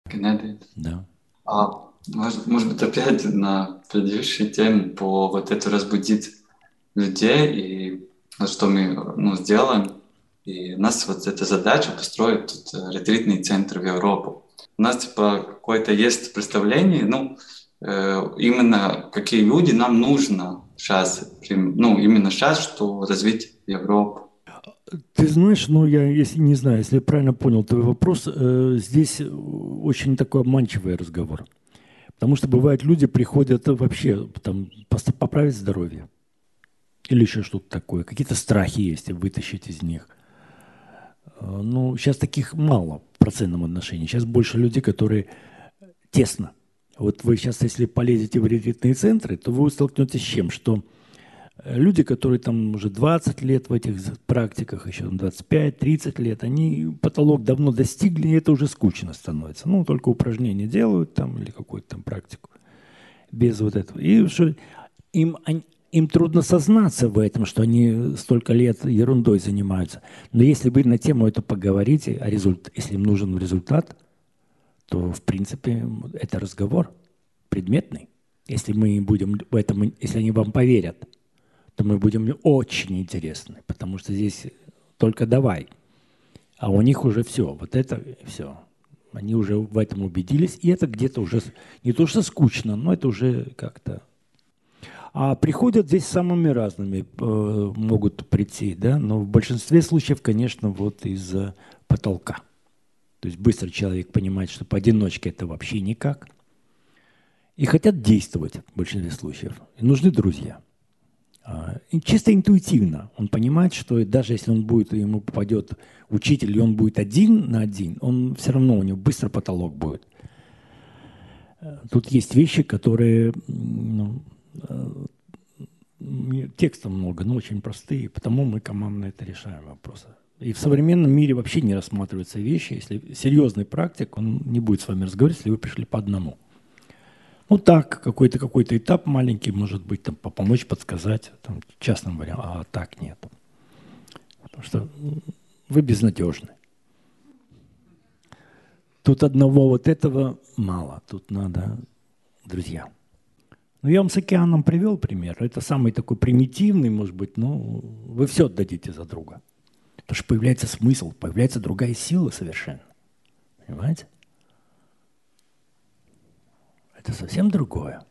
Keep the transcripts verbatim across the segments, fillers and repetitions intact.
Геннадий. Да. А может, может быть, опять на предыдущую тему по вот это разбудить людей и вот что мы ну, сделаем. И у нас вот эта задача построить тут э, ретритный центр в Европу. У нас типа какое-то есть представление, ну, э, именно какие люди нам нужно сейчас, ну, именно сейчас, что развить Европу. Ты знаешь, ну я если не знаю, если я правильно понял твой вопрос, э, здесь очень такой обманчивый разговор. Потому что бывает, люди приходят вообще там, просто поправить здоровье или еще что-то такое. Какие-то страхи есть, вытащить из них. Э, Ну, сейчас таких мало в процентном отношении. Сейчас больше людей, которые тесно. Вот вы сейчас, если полезете в ретритные центры, то вы столкнетесь с чем? Что э, люди, которые там уже двадцать лет в этих за- практиках, еще там двадцать пять тридцать лет, они потолок давно достигли, и это уже скучно становится. Ну, только упражнения делают там или какую-то там практику без вот этого. И что им, они- им трудно сознаться в этом, что они столько лет ерундой занимаются. Но если вы на тему эту поговорите, о результ... если им нужен результат, то, в принципе, это разговор предметный. Если мы будем в этом, если они вам поверят, то мы будем очень интересны, потому что здесь только давай. А у них уже все, вот это все. Они уже в этом убедились, и это где-то уже не то что скучно, но это уже как-то. А приходят здесь самыми разными, э, могут прийти, да, но в большинстве случаев, конечно, вот из-за потолка. То есть быстро человек понимает, что поодиночке это вообще никак. И хотят действовать в большинстве случаев. И нужны друзья. А, и чисто интуитивно он понимает, что даже если он будет, ему попадет учитель, и он будет один на один, он все равно, у него быстро потолок будет. Тут есть вещи, которые ну, текста много, но очень простые, потому мы командно это решаем вопросы. И в современном мире вообще не рассматриваются вещи, если серьезный практик, он не будет с вами разговаривать, если вы пришли по одному. Ну так, какой-то какой-то этап маленький, может быть, там помочь, подсказать, там, частным вариантом, а так нет. Потому что вы безнадежны. Тут одного вот этого мало, тут надо друзья. Ну, я вам с океаном привел пример. Это самый такой примитивный, может быть, но вы все отдадите за друга. Потому что появляется смысл, появляется другая сила совершенно. Понимаете? Это совсем другое.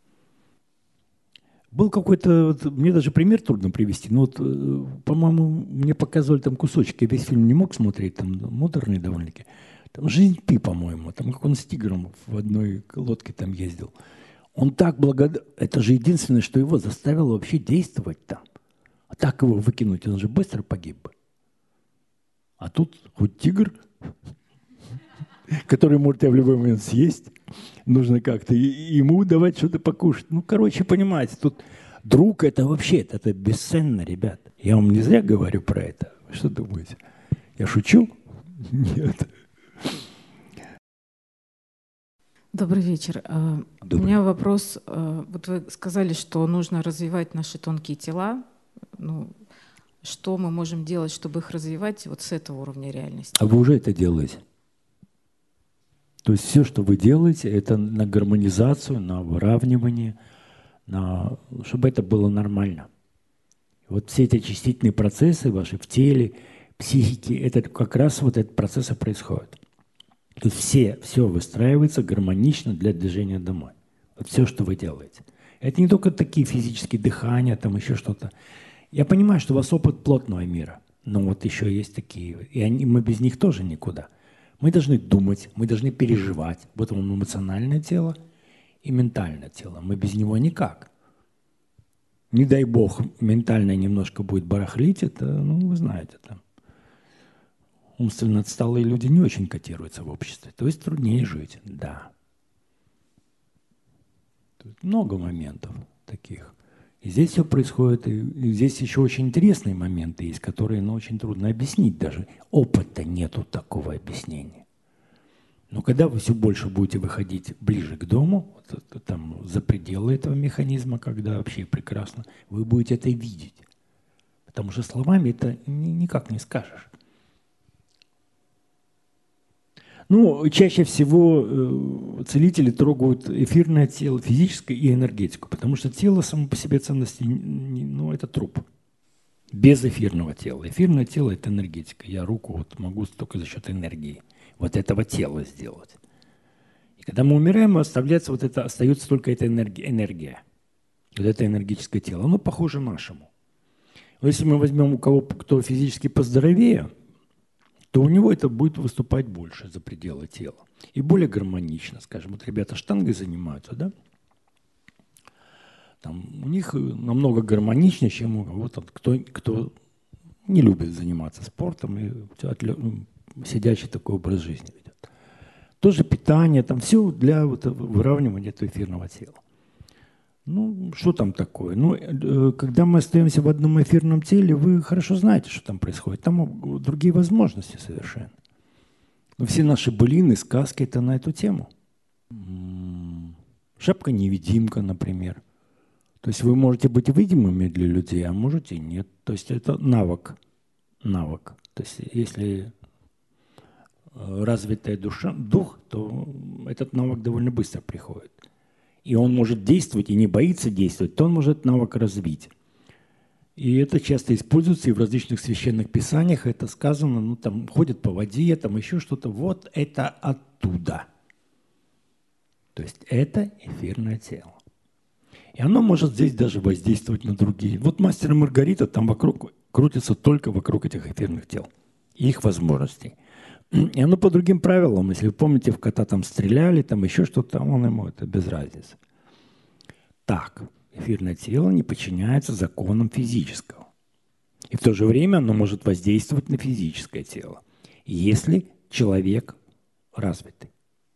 Был какой-то, вот, мне даже пример трудно привести, но вот, э, по-моему, мне показывали там кусочек, я весь фильм не мог смотреть, там муторный довольно-таки. Там «Жизнь Пи», по-моему, там как он с тигром в одной лодке там ездил. Он так благодарен, это же единственное, что его заставило вообще действовать там. А так его выкинуть, он же быстро погиб бы. А тут хоть тигр, который может тебя в любой момент съесть, нужно как-то ему давать что-то покушать. Ну, короче, понимаете, тут друг это вообще, это, это бесценно, ребят. Я вам не зря говорю про это. Вы что думаете? Я шучу? Нет. Добрый вечер. А, У Добрый. меня вопрос. а, Вот вы сказали, что нужно развивать наши тонкие тела. Ну, что мы можем делать, чтобы их развивать вот с этого уровня реальности? А вы уже это делаете. То есть все, что вы делаете, это на гармонизацию, на выравнивание, на... чтобы это было нормально. Вот все эти очистительные процессы ваши в теле, психике, это как раз вот этот процесс и происходит. Тут все, все выстраивается гармонично для движения домой. Вот все, что вы делаете. Это не только такие физические дыхания, там еще что-то. Я понимаю, что у вас опыт плотного мира, но вот еще есть такие, и они, мы без них тоже никуда. Мы должны думать, мы должны переживать. Вот он эмоциональное тело и ментальное тело. Мы без него никак. Не дай бог, ментальное немножко будет барахлить, это, ну, вы знаете, там, умственно отсталые люди не очень котируются в обществе. То есть труднее жить, да. Тут много моментов таких. И здесь все происходит, и, и здесь еще очень интересные моменты есть, которые ну, очень трудно объяснить даже. Опыта нету такого объяснения. Но когда вы все больше будете выходить ближе к дому, вот, это, там, за пределы этого механизма, когда вообще прекрасно, вы будете это видеть. Потому что словами это ни- никак не скажешь. Ну, чаще всего э, целители трогают эфирное тело, физическое и энергетику, потому что тело само по себе ценности, не, ну, это труп. Без эфирного тела. Эфирное тело – это энергетика. Я руку вот могу только за счет энергии вот этого тела сделать. И когда мы умираем, оставляется вот это, остается только эта энергия, энергия. Вот это энергетическое тело. Оно похоже нашему. Но если мы возьмем у кого, кто физически поздоровее, то у него это будет выступать больше за пределы тела. И более гармонично, скажем. Вот ребята штангой занимаются, да? Там у них намного гармоничнее, чем у кого-то, кто, кто не любит заниматься спортом и сидячий такой образ жизни ведет. Тоже питание, там все для вот выравнивания этого эфирного тела. Ну, что там такое? Ну, когда мы остаемся в одном эфирном теле, вы хорошо знаете, что там происходит. Там другие возможности совершенно. Но все наши былины, сказки – это на эту тему. Шапка-невидимка, например. То есть вы можете быть видимыми для людей, а можете и нет. То есть это навык. Навык. То есть если развитая душа, дух, то этот навык довольно быстро приходит. И он может действовать и не боится действовать, то он может навык развить. И это часто используется и в различных священных писаниях. Это сказано, ну там ходят по воде, там еще что-то. Вот это оттуда. То есть это эфирное тело. И оно может здесь даже воздействовать на другие. Вот «Мастер и Маргарита» там вокруг крутится только вокруг этих эфирных тел и их возможностей. И оно по другим правилам. Если вы помните, в кота там стреляли, там еще что-то, он ему это без разницы. Так, эфирное тело не подчиняется законам физического. И в то же время оно может воздействовать на физическое тело, если человек развитый.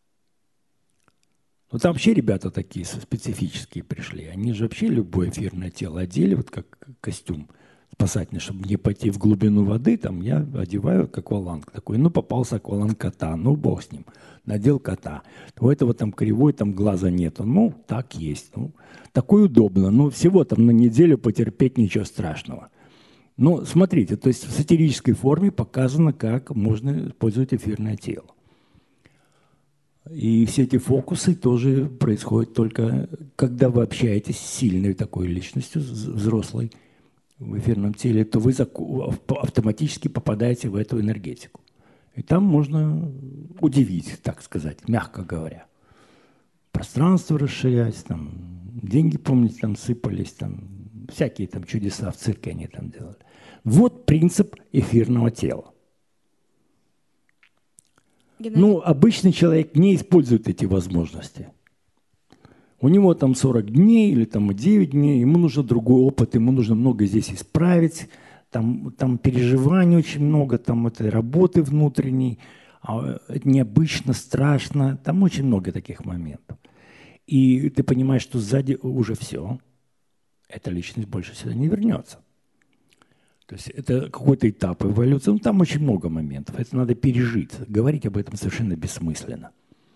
Ну, там вообще ребята такие специфические пришли. Они же вообще любое эфирное тело одели, вот как костюм спасательный, чтобы не пойти в глубину воды. Там я одеваю как акваланг такой. Ну, попался акваланг кота, ну, бог с ним. Надел кота. У этого там кривой, там глаза нету. Ну, так есть. Ну, такое удобно. Ну, всего там на неделю потерпеть, ничего страшного. Ну, смотрите, то есть в сатирической форме показано, как можно использовать эфирное тело. И все эти фокусы тоже происходят только, когда вы общаетесь с сильной такой личностью, взрослой, в эфирном теле, то вы автоматически попадаете в эту энергетику. И там можно удивить, так сказать, мягко говоря. Пространство расширять, там, деньги, помните, там сыпались, там, всякие там чудеса в цирке они там делали. Вот принцип эфирного тела. Геннадий. Ну, обычный человек не использует эти возможности. У него там сорок дней или там девять дней, ему нужен другой опыт, ему нужно много здесь исправить, там, там переживаний очень много, там этой работы внутренней, это необычно, страшно, там очень много таких моментов. И ты понимаешь, что сзади уже все, эта личность больше сюда не вернется. То есть это какой-то этап эволюции, ну там очень много моментов, это надо пережить, говорить об этом совершенно бессмысленно.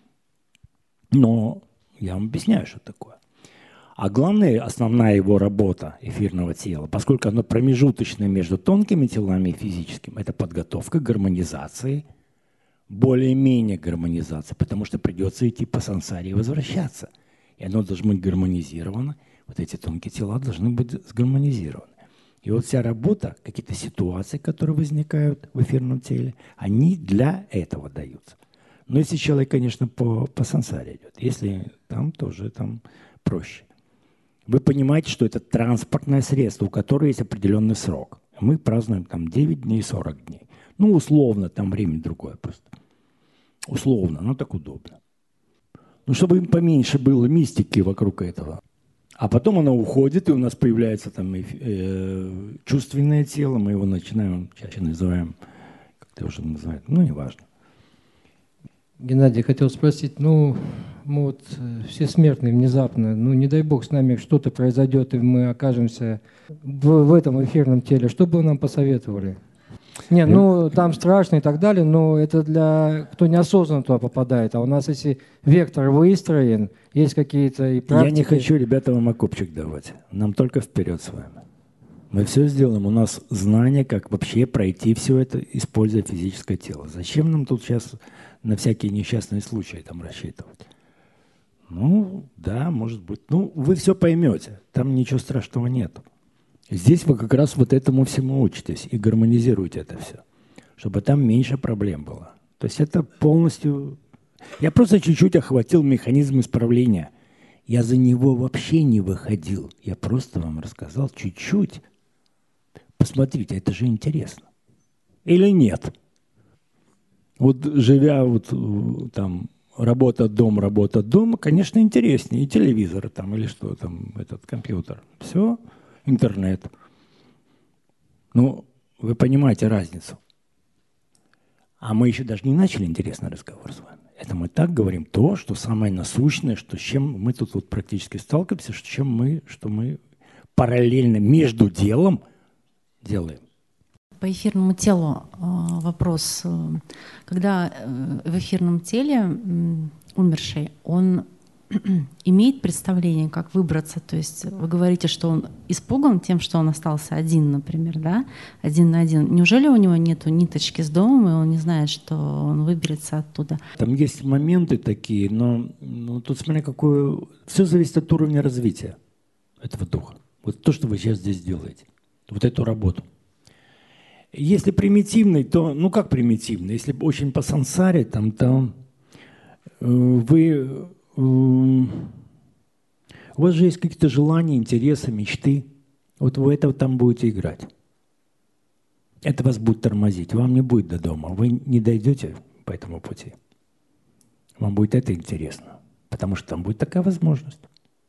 Но я вам объясняю, что такое. А главное, основная его работа эфирного тела, поскольку оно промежуточное между тонкими телами и физическим, это подготовка к гармонизации, более-менее гармонизации, потому что придется идти по сансаре и возвращаться. И оно должно быть гармонизировано, вот эти тонкие тела должны быть сгармонизированы. И вот вся работа, какие-то ситуации, которые возникают в эфирном теле, они для этого даются. Но если человек, конечно, по, по сансаре идет, если там тоже там проще. Вы понимаете, что это транспортное средство, у которого есть определенный срок. Мы празднуем там девять дней, сорок дней. Ну, условно, там время другое просто. Условно, но так удобно. Ну, чтобы им поменьше было мистики вокруг этого. А потом оно уходит, и у нас появляется там э, чувственное тело, мы его начинаем, чаще называем, как ты уже называешь, ну, неважно. Геннадий, хотел спросить, ну, мы вот все смертные внезапно, ну, не дай бог, с нами что-то произойдет, и мы окажемся в, в этом эфирном теле, что бы вы нам посоветовали? Не, ну, там страшно и так далее, но это для кто неосознанно туда попадает. А у нас, если вектор выстроен, есть какие-то и практики... Я не хочу, ребята, вам окопчик давать. Нам только вперед с вами. Мы все сделаем. У нас знание, как вообще пройти все это, используя физическое тело. Зачем нам тут сейчас на всякие несчастные случаи там рассчитывать. Ну, да, может быть. Ну, вы все поймете. Там ничего страшного нет. Здесь вы как раз вот этому всему учитесь и гармонизируете это все, чтобы там меньше проблем было. То есть это полностью... Я просто чуть-чуть охватил механизм исправления. Я за него вообще не выходил. Я просто вам рассказал чуть-чуть. Посмотрите, это же интересно. Или нет? Вот живя вот там... Работа, дом, работа, дом, конечно, интереснее. И телевизор там, или что там, этот компьютер. Все, интернет. Ну, вы понимаете разницу. А мы еще даже не начали интересный разговор с вами. Это мы так говорим то, что самое насущное, что с чем мы тут вот практически сталкиваемся, с чем мы, что мы параллельно между делом делаем. По эфирному телу вопрос. Когда в эфирном теле умерший, он имеет представление, как выбраться? То есть вы говорите, что он испуган тем, что он остался один, например, да? Один на один. Неужели у него нету ниточки с домом, и он не знает, что он выберется оттуда? Там есть моменты такие, но ну, тут смотря какое... Все зависит от уровня развития этого духа. Вот то, что вы сейчас здесь делаете. Вот эту работу. Если примитивный, то, ну как примитивный, если очень по сансаре, там, то э, вы, э, у вас же есть какие-то желания, интересы, мечты, вот вы это там будете играть. Это вас будет тормозить, вам не будет до дома, вы не дойдете по этому пути. Вам будет это интересно, потому что там будет такая возможность.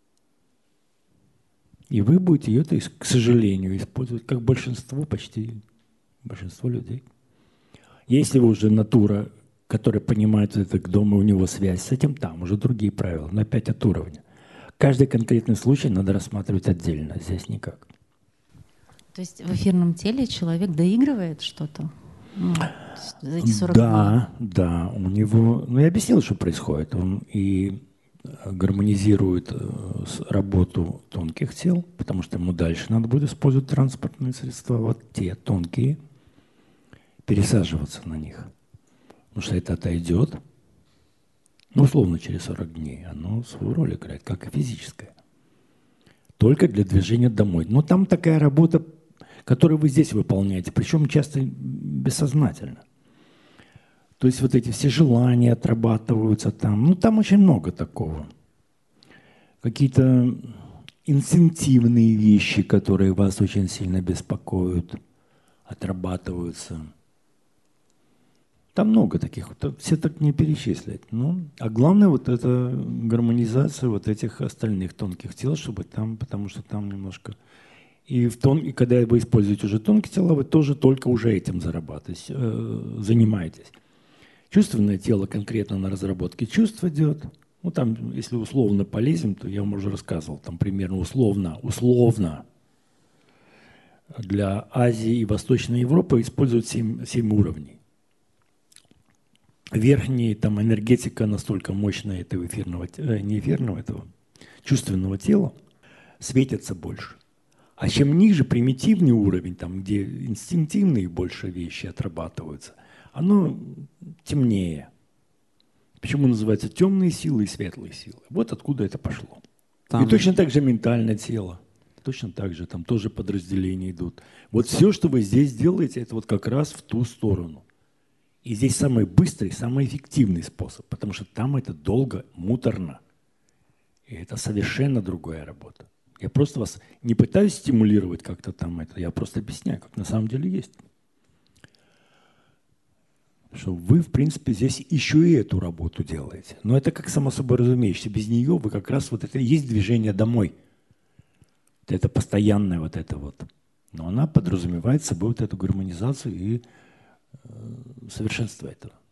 И вы будете ее, к сожалению, использовать, как большинство почти... Большинство людей. Если вы уже натура, которая понимает этот дом, и у него связь с этим, там уже другие правила, но опять от уровня. Каждый конкретный случай надо рассматривать отдельно, здесь никак. То есть в эфирном теле человек доигрывает что-то? Ну, за эти сорок да, дней? Да, у него... Ну, я объяснил, что происходит. Он и гармонизирует работу тонких тел, потому что ему дальше надо будет использовать транспортные средства, вот те тонкие, пересаживаться на них. Потому что это отойдет, ну, условно, через сорок дней. Оно свою роль играет, как и физическое. Только для движения домой. Но там такая работа, которую вы здесь выполняете, причем часто бессознательно. То есть вот эти все желания отрабатываются там. Ну, там очень много такого. Какие-то инстинктивные вещи, которые вас очень сильно беспокоят, отрабатываются. Там много таких, все так не перечислять. Ну, а главное вот это гармонизация вот этих остальных тонких тел, чтобы там, потому что там немножко... И, в тон, и когда вы используете уже тонкие тела, вы тоже только уже этим зарабатываете, э, занимаетесь. Чувственное тело конкретно на разработке чувств идет. Ну, там, если условно полезем, то я вам уже рассказывал, там примерно условно, условно для Азии и Восточной Европы используют семь, семь уровней. Верхняя там энергетика настолько мощная этого эфирного, э, не эфирного, этого чувственного тела, светится больше. А чем ниже примитивный уровень, там, где инстинктивные больше вещи отрабатываются, оно темнее. Почему называется темные силы и светлые силы? Вот откуда это пошло. Там... И точно так же ментальное тело. Точно так же там тоже подразделения идут. Вот все, что вы здесь делаете, это вот как раз в ту сторону. И здесь самый быстрый, самый эффективный способ, потому что там это долго, муторно. И это совершенно другая работа. Я просто вас не пытаюсь стимулировать как-то там это, я просто объясняю, как на самом деле есть. Что вы, в принципе, здесь еще и эту работу делаете. Но это как само собой разумеется. Без нее вы как раз вот это есть движение домой. Это постоянное вот это вот. Но она подразумевает собой вот эту гармонизацию и э, совершенство этого.